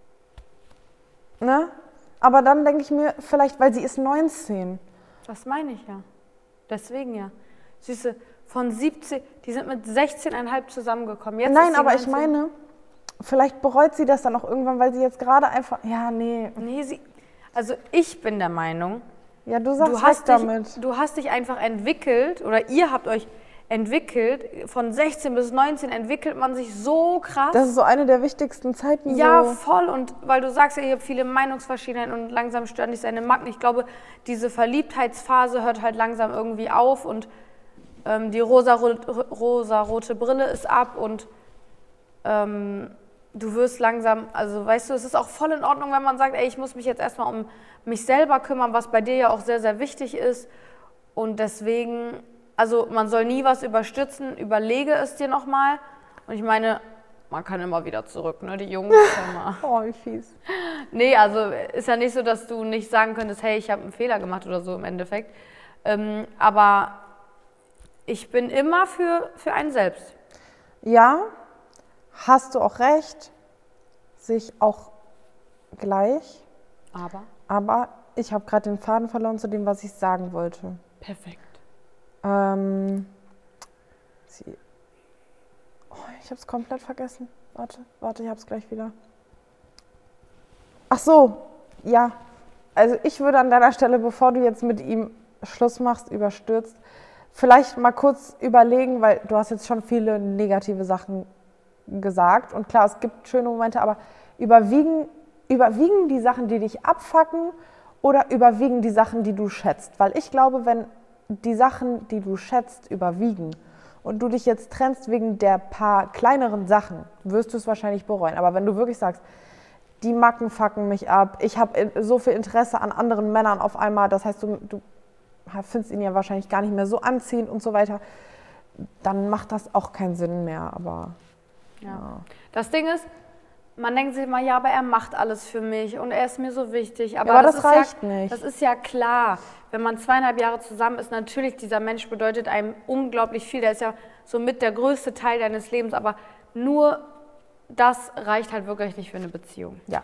ne? Aber dann denke ich mir, vielleicht, weil sie ist neunzehn. Das meine ich ja, deswegen ja. Süße, von siebzehn, die sind mit sechzehn Komma fünf zusammengekommen. Jetzt Nein, aber ich meine, vielleicht bereut sie das dann auch irgendwann, weil sie jetzt gerade einfach, ja, nee. Nee, sie, also ich bin der Meinung, ja, du sagst du hast, dich, damit. du hast dich einfach entwickelt oder ihr habt euch entwickelt, von sechzehn bis neunzehn entwickelt man sich so krass. Das ist so eine der wichtigsten Zeiten. Ja, so. voll. Und weil du sagst, ja, ihr habt viele Meinungsverschiedenheiten und langsam stören dich seine Macken. Ich glaube, diese Verliebtheitsphase hört halt langsam irgendwie auf und ähm, die rosa-rote rosa Brille ist ab und ähm, du wirst langsam, also weißt du, es ist auch voll in Ordnung, wenn man sagt, ey, ich muss mich jetzt erstmal um mich selber kümmern, was bei dir ja auch sehr, sehr wichtig ist. Und deswegen, also man soll nie was überstürzen, überlege es dir nochmal. Und ich meine, man kann immer wieder zurück, ne, die Jungs. Oh, wie fies. Nee, also ist ja nicht so, dass du nicht sagen könntest, hey, ich habe einen Fehler gemacht oder so im Endeffekt. Ähm, aber ich bin immer für, für einen selbst. Ja, hast du auch recht, sich auch gleich. Aber? Aber ich habe gerade den Faden verloren zu dem, was ich sagen wollte. Perfekt. Ähm, sie, oh, ich habe es komplett vergessen. Warte, warte, ich habe es gleich wieder. Ach so, ja. Also ich würde an deiner Stelle, bevor du jetzt mit ihm Schluss machst, überstürzt, vielleicht mal kurz überlegen, weil du hast jetzt schon viele negative Sachen gesagt. Und klar, es gibt schöne Momente, aber überwiegen, überwiegen die Sachen, die dich abfacken oder überwiegen die Sachen, die du schätzt? Weil ich glaube, wenn die Sachen, die du schätzt, überwiegen und du dich jetzt trennst wegen der paar kleineren Sachen, wirst du es wahrscheinlich bereuen. Aber wenn du wirklich sagst, die Macken fucken mich ab, ich habe so viel Interesse an anderen Männern auf einmal, das heißt, du, du findest ihn ja wahrscheinlich gar nicht mehr so anziehend und so weiter, dann macht das auch keinen Sinn mehr. Aber ja. Ja. Das Ding ist, man denkt sich immer, ja, aber er macht alles für mich und er ist mir so wichtig. Aber, ja, aber das, das reicht ja, nicht. Das ist ja klar. Wenn man zweieinhalb Jahre zusammen ist, natürlich, dieser Mensch bedeutet einem unglaublich viel. Der ist ja so mit der größte Teil deines Lebens. Aber nur das reicht halt wirklich nicht für eine Beziehung. Ja.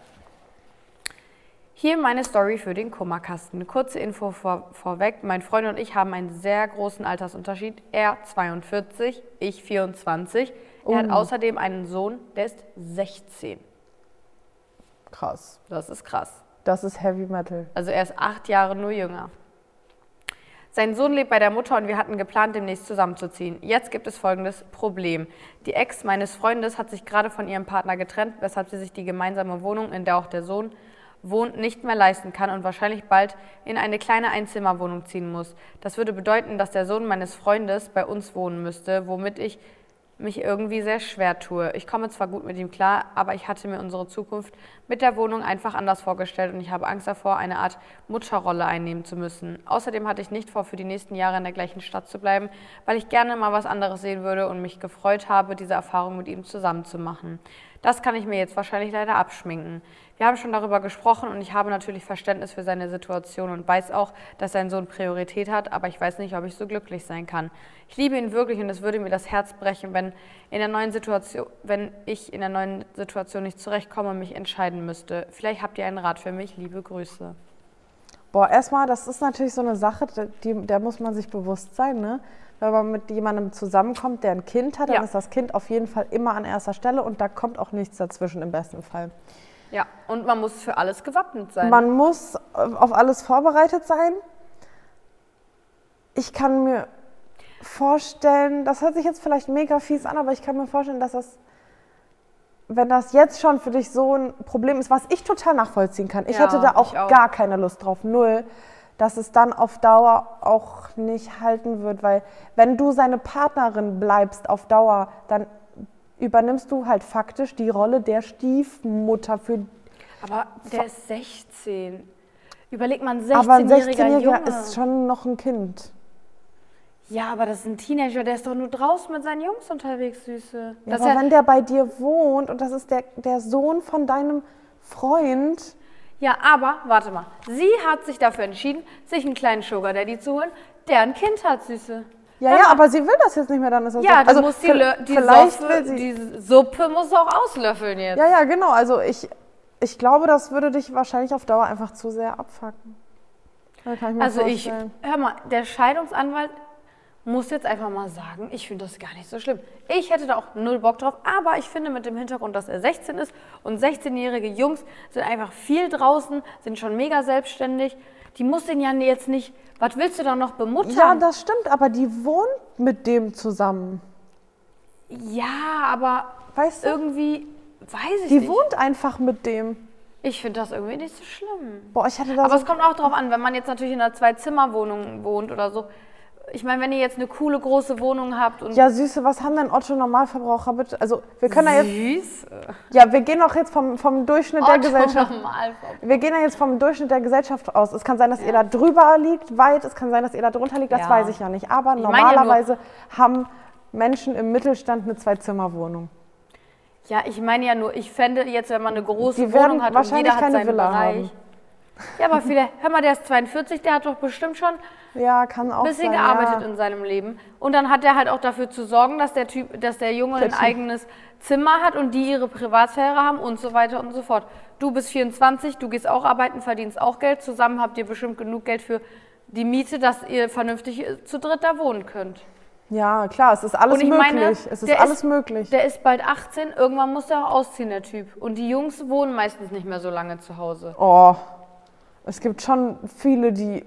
Hier meine Story für den Kummerkasten. Kurze Info vor, vorweg. Mein Freund und ich haben einen sehr großen Altersunterschied. Er zweiundvierzig, ich vierundzwanzig. Er Oh. hat außerdem einen Sohn, der ist sechzehn. Krass. Das ist krass. Das ist Heavy Metal. Also er ist acht Jahre nur jünger. Sein Sohn lebt bei der Mutter und wir hatten geplant, demnächst zusammenzuziehen. Jetzt gibt es folgendes Problem. Die Ex meines Freundes hat sich gerade von ihrem Partner getrennt, weshalb sie sich die gemeinsame Wohnung, in der auch der Sohn wohnt, nicht mehr leisten kann und wahrscheinlich bald in eine kleine Einzimmerwohnung ziehen muss. Das würde bedeuten, dass der Sohn meines Freundes bei uns wohnen müsste, womit ich mich irgendwie sehr schwer tue. Ich komme zwar gut mit ihm klar, aber ich hatte mir unsere Zukunft mit der Wohnung einfach anders vorgestellt und ich habe Angst davor, eine Art Mutterrolle einnehmen zu müssen. Außerdem hatte ich nicht vor, für die nächsten Jahre in der gleichen Stadt zu bleiben, weil ich gerne mal was anderes sehen würde und mich gefreut habe, diese Erfahrung mit ihm zusammen zu machen. Das kann ich mir jetzt wahrscheinlich leider abschminken. Wir haben schon darüber gesprochen und ich habe natürlich Verständnis für seine Situation und weiß auch, dass sein Sohn Priorität hat, aber ich weiß nicht, ob ich so glücklich sein kann. Ich liebe ihn wirklich und es würde mir das Herz brechen, wenn, in der neuen Situation, wenn ich in der neuen Situation nicht zurechtkomme und mich entscheiden müsste. Vielleicht habt ihr einen Rat für mich. Liebe Grüße. Boah, erstmal, das ist natürlich so eine Sache, die, der muss man sich bewusst sein, ne? Wenn man mit jemandem zusammenkommt, der ein Kind hat, dann Ja. ist das Kind auf jeden Fall immer an erster Stelle und da kommt auch nichts dazwischen im besten Fall. Ja, und man muss für alles gewappnet sein. Man muss auf alles vorbereitet sein. Ich kann mir vorstellen, das hört sich jetzt vielleicht mega fies an, aber ich kann mir vorstellen, dass das, wenn das jetzt schon für dich so ein Problem ist, was ich total nachvollziehen kann. Ich Ja, hätte da auch, ich auch. gar keine Lust drauf, null, dass es dann auf Dauer auch nicht halten wird, weil wenn du seine Partnerin bleibst auf Dauer, dann übernimmst du halt faktisch die Rolle der Stiefmutter für. Aber der ist sechzehn. Überleg mal, ein Aber ein sechzehnjähriger sechzehnjähriger Junge. ist schon noch ein Kind. Ja, aber das ist ein Teenager, der ist doch nur draußen mit seinen Jungs unterwegs, Süße. Ja, Das aber ist ja, wenn der bei dir wohnt und das ist der, der Sohn von deinem Freund. ja, aber, warte mal. Sie hat sich dafür entschieden, sich einen kleinen Sugar Daddy zu holen, der ein Kind hat, Süße. Ja, Hör ja, mal. aber sie will das jetzt nicht mehr, dann ist das Ja, so. dann Also muss die, vi- Lö- die, vielleicht Suppe, will sie. die Suppe muss auch auslöffeln jetzt. Ja, ja, genau. Also ich, ich glaube, das würde dich wahrscheinlich auf Dauer einfach zu sehr abfacken. Da kann ich mir Also ich, vorstellen. hör mal, der Scheidungsanwalt muss jetzt einfach mal sagen, ich finde das gar nicht so schlimm. Ich hätte da auch null Bock drauf, aber ich finde mit dem Hintergrund, dass er sechzehn ist und sechzehnjährige Jungs sind einfach viel draußen, sind schon mega selbstständig. Die muss den ja jetzt nicht, was willst du da noch bemuttern? Ja, das stimmt, aber die wohnt mit dem zusammen. Ja, aber Weißt du? irgendwie, weiß ich Die nicht. wohnt einfach mit dem. Ich finde das irgendwie nicht so schlimm. Boah, ich hatte da Aber so. es kommt auch drauf an, wenn man jetzt natürlich in einer Zwei-Zimmer-Wohnung wohnt oder so. Ich meine, wenn ihr jetzt eine coole große Wohnung habt und Ja, Süße, was haben denn Otto-Normalverbraucher bitte? Also, wir können ja jetzt. süß, Ja, wir gehen doch jetzt vom, vom Durchschnitt der Gesellschaft. Normalverbrauch. Wir gehen ja jetzt vom Durchschnitt der Gesellschaft aus. Es kann sein, dass ihr da drüber liegt, weit. Es kann sein, dass ihr da drunter liegt. Das Ja. weiß ich ja nicht. Aber Ich meine ja nur- normalerweise haben Menschen im Mittelstand eine Zwei-Zimmer-Wohnung. Ja, ich meine ja nur, ich fände jetzt, wenn man eine große Die werden Wohnung hat und wahrscheinlich jeder hat keine seinen Villa Bereich. haben. Ja, aber vielleicht, hör mal, der ist zweiundvierzig, der hat doch bestimmt schon Ja, kann auch ein bisschen sein. gearbeitet ja. in seinem Leben. Und dann hat er halt auch dafür zu sorgen, dass der Typ, dass der Junge ein Plätzchen. eigenes Zimmer hat und die ihre Privatsphäre haben und so weiter und so fort. Du bist vierundzwanzig, du gehst auch arbeiten, verdienst auch Geld. Zusammen habt ihr bestimmt genug Geld für die Miete, dass ihr vernünftig äh, zu dritt da wohnen könnt. Ja, klar, es ist alles Und ich möglich. meine, es ist der alles ist- möglich. Der ist bald achtzehn, irgendwann muss der auch ausziehen, der Typ. Und die Jungs wohnen meistens nicht mehr so lange zu Hause. Oh, es gibt schon viele, die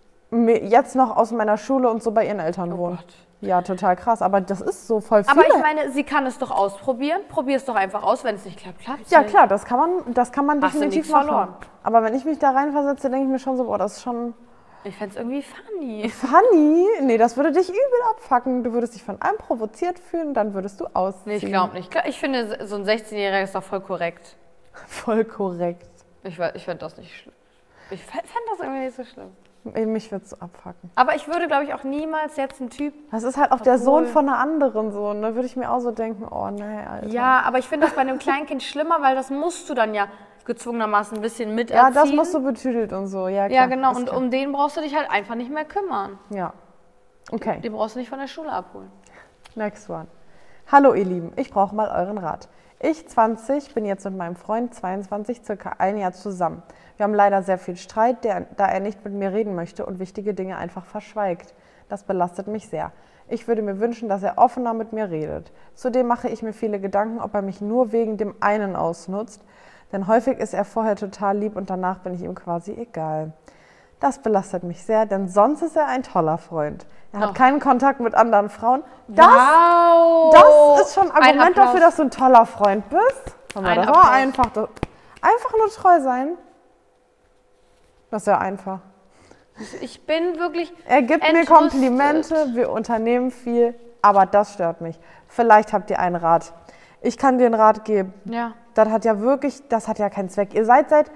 mi- jetzt noch aus meiner Schule und so bei ihren Eltern Oh wohnen. Gott. Ja, total krass. Aber das ist so voll viele. Aber ich meine, sie kann es doch ausprobieren. Probier es doch einfach aus, wenn es nicht klappt, klappt Ja, klar, das kann man, das kann man Hast du definitiv nichts machen. verloren. Aber wenn ich mich da reinversetze, denke ich mir schon so, boah, das ist schon Ich fände es irgendwie funny. funny. Nee, das würde dich übel abfacken. Du würdest dich von allem provoziert fühlen, dann würdest du ausziehen. Nee, ich glaube nicht. Ich finde, so ein sechzehnjähriger ist doch voll korrekt. Voll korrekt. Ich, we- ich fände das nicht schlimm. Ich fände das irgendwie nicht so schlimm. Mich würde es so abfacken. Aber ich würde, glaube ich, auch niemals jetzt einen Typ... Das ist halt auch der Obwohl- Sohn von einer anderen so. Da würde ich mir auch so denken, oh nee, Alter. Ja, aber ich finde das bei einem Kleinkind schlimmer, weil das musst du dann ja gezwungenermaßen ein bisschen Ja, miterziehen. das musst du betüdelt und so. Ja, klar, Ja, genau. ist Und klar. um den brauchst du dich halt einfach nicht mehr kümmern. Ja. Okay, Den brauchst du nicht von der Schule abholen. next one. Hallo ihr Lieben, ich brauche mal euren Rat. Ich, zwanzig, bin jetzt mit meinem Freund, zweiundzwanzig, circa ein Jahr zusammen. Wir haben leider sehr viel Streit, der, da er nicht mit mir reden möchte und wichtige Dinge einfach verschweigt. Das belastet mich sehr. Ich würde mir wünschen, dass er offener mit mir redet. Zudem mache ich mir viele Gedanken, ob er mich nur wegen dem einen ausnutzt. Denn häufig ist er vorher total lieb und danach bin ich ihm quasi egal. Das belastet mich sehr, denn sonst ist er ein toller Freund. Er hat Oh. keinen Kontakt mit anderen Frauen. Das, wow! das ist schon ein Ein Argument Applaus. dafür, dass du ein toller Freund bist. Guck mal, Ein das Applaus. war einfach. Das, einfach nur treu sein. Das ist ja einfach. Ich bin wirklich Er gibt mir entrüstet. Komplimente, wir unternehmen viel, aber das stört mich. Vielleicht habt ihr einen Rat. Ich kann dir einen Rat geben. Ja. Das hat ja wirklich, das hat ja keinen Zweck. Ihr seid seit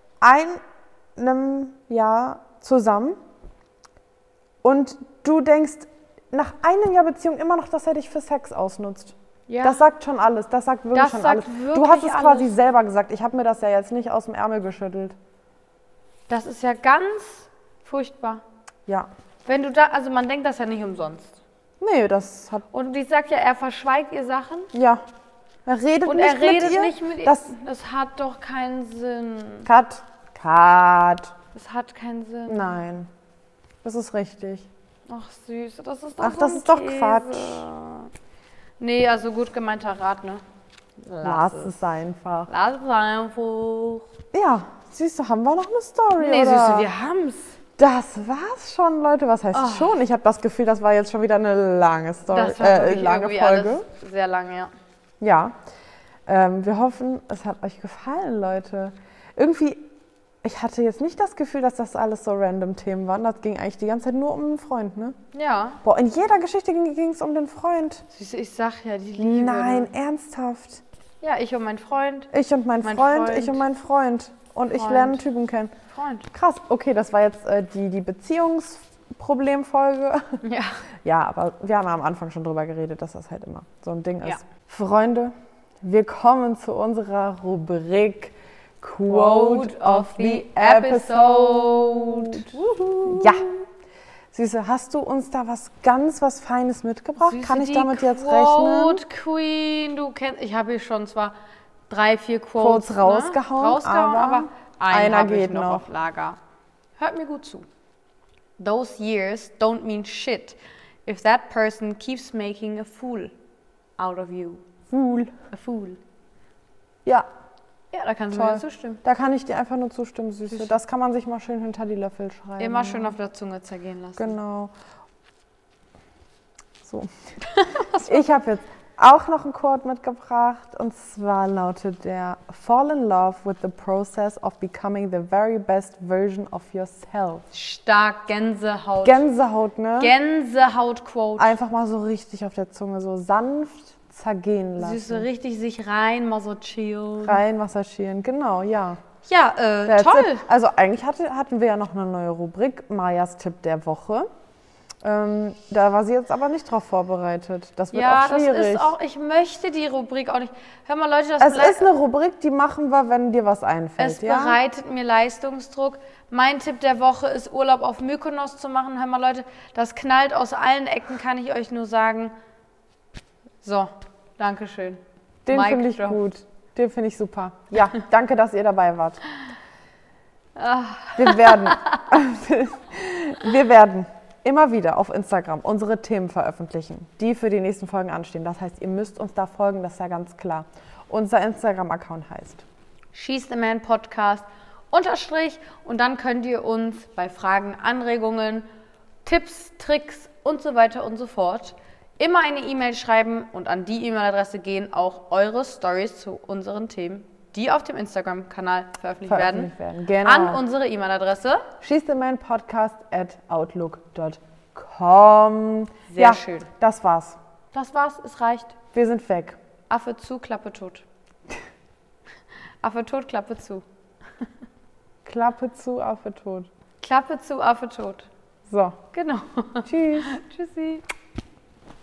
einem Jahr zusammen und du denkst nach einem Jahr Beziehung immer noch, dass er dich für Sex ausnutzt. Ja. Das sagt schon alles, das sagt wirklich Das schon sagt alles. Du wirklich hast es quasi alles. selber gesagt. Ich habe mir das ja jetzt nicht aus dem Ärmel geschüttelt. Das ist ja ganz furchtbar. Ja. Wenn du da, also man denkt das ja nicht umsonst. Nee, das hat, Und ich sag ja, er verschweigt ihr Sachen. ja. Er redet Und nicht er redet mit ihr. nicht mit ihr. Das, Das hat doch keinen Sinn. Cut. Cut. Das hat keinen Sinn. Nein. Das ist richtig. Ach süß, das ist doch Ach, so das ein ist doch Käse. Quatsch. Nee, also gut gemeinter Rat, ne? Lass es einfach. Lass es einfach. Ja, siehst du, haben wir noch eine Story, Nee, oder? Süße, wir haben's. Das war's schon, Leute. Was heißt schon? Ich habe das Gefühl, das war jetzt schon wieder eine lange Story, Das war äh, wirklich lange irgendwie Folge. alles sehr lang, ja. Ja. Ähm, wir hoffen, es hat euch gefallen, Leute. Irgendwie, ich hatte jetzt nicht das Gefühl, dass das alles so random Themen waren. Das ging eigentlich die ganze Zeit nur um einen Freund, ne? Ja. Boah, in jeder Geschichte ging es um den Freund. Süße, ich sag ja, die Liebe. Nein, Ne? ernsthaft. Ja, ich und mein Freund. Ich und mein, Mein Freund, Freund. ich und mein Freund. Und ich Freund. lerne einen Typen kennen. Freund. Krass, okay, das war jetzt äh, die, die Beziehungsproblemfolge. Ja. Ja, aber wir haben am Anfang schon drüber geredet, dass das halt immer so ein Ding ist. Ja. Freunde, wir kommen zu unserer Rubrik Quote of the Episode. Ja. Süße, hast du uns da was ganz was Feines mitgebracht? Süße, Kann ich die damit jetzt Quote rechnen? Queen, du kennst, ich habe hier schon zwar drei, vier Quotes, Quotes rausgehauen, ne? rausgehauen aber aber, einen einer habe ich geht noch, noch. auf Lager. Hört mir gut zu. Those years don't mean shit if that person keeps making a fool out of you. Cool. A fool. Ja, Ja, da kannst du Toll. mir zustimmen. da kann ich dir einfach nur zustimmen, Süße. Das kann man sich mal schön hinter die Löffel schreiben. Immer schön auf der Zunge zergehen lassen. Genau. So. Ich habe jetzt auch noch einen Quote mitgebracht und zwar lautet der: Fall in love with the process of becoming the very best version of yourself. Stark Gänsehaut. Gänsehaut, ne? Gänsehaut-Quote. Einfach mal so richtig auf der Zunge, so sanft zergehen lassen. Süße, richtig sich rein, mal so chillen. Rein massagieren, genau, ja. Ja, äh, That's toll. it. Also eigentlich hatte, hatten wir ja noch eine neue Rubrik, Majas Tipp der Woche. Ähm, da war sie jetzt aber nicht drauf vorbereitet. Das wird Ja, auch schwierig. das ist auch, ich möchte die Rubrik auch nicht. Hör mal, Leute, das Es blei- ist eine Rubrik, die machen wir, wenn dir was einfällt. es ja? bereitet mir Leistungsdruck. Mein Tipp der Woche ist, Urlaub auf Mykonos zu machen. Hör mal, Leute, das knallt aus allen Ecken, kann ich euch nur sagen. So, Dankeschön. Den Mic finde ich drop. gut. Den finde ich super. Ja, danke, dass ihr dabei wart. Wir werden, wir werden immer wieder auf Instagram unsere Themen veröffentlichen, die für die nächsten Folgen anstehen. Das heißt, ihr müsst uns da folgen, das ist ja ganz klar. Unser Instagram-Account heißt She's the Man Podcast unterstrich und dann könnt ihr uns bei Fragen, Anregungen, Tipps, Tricks und so weiter und so fort immer eine E-Mail schreiben und an die E-Mail-Adresse gehen auch eure Stories zu unseren Themen, die auf dem Instagram-Kanal veröffentlicht, veröffentlicht werden, werden. Genau. an unsere E-Mail-Adresse. She's the Man Podcast at outlook dot com. Sehr ja, schön. Das war's. Das war's, es reicht. Wir sind weg. Affe zu, Klappe tot. Affe tot, Klappe zu. Klappe zu, Affe tot. Klappe zu, Affe tot. So. Genau. Tschüss. Tschüssi.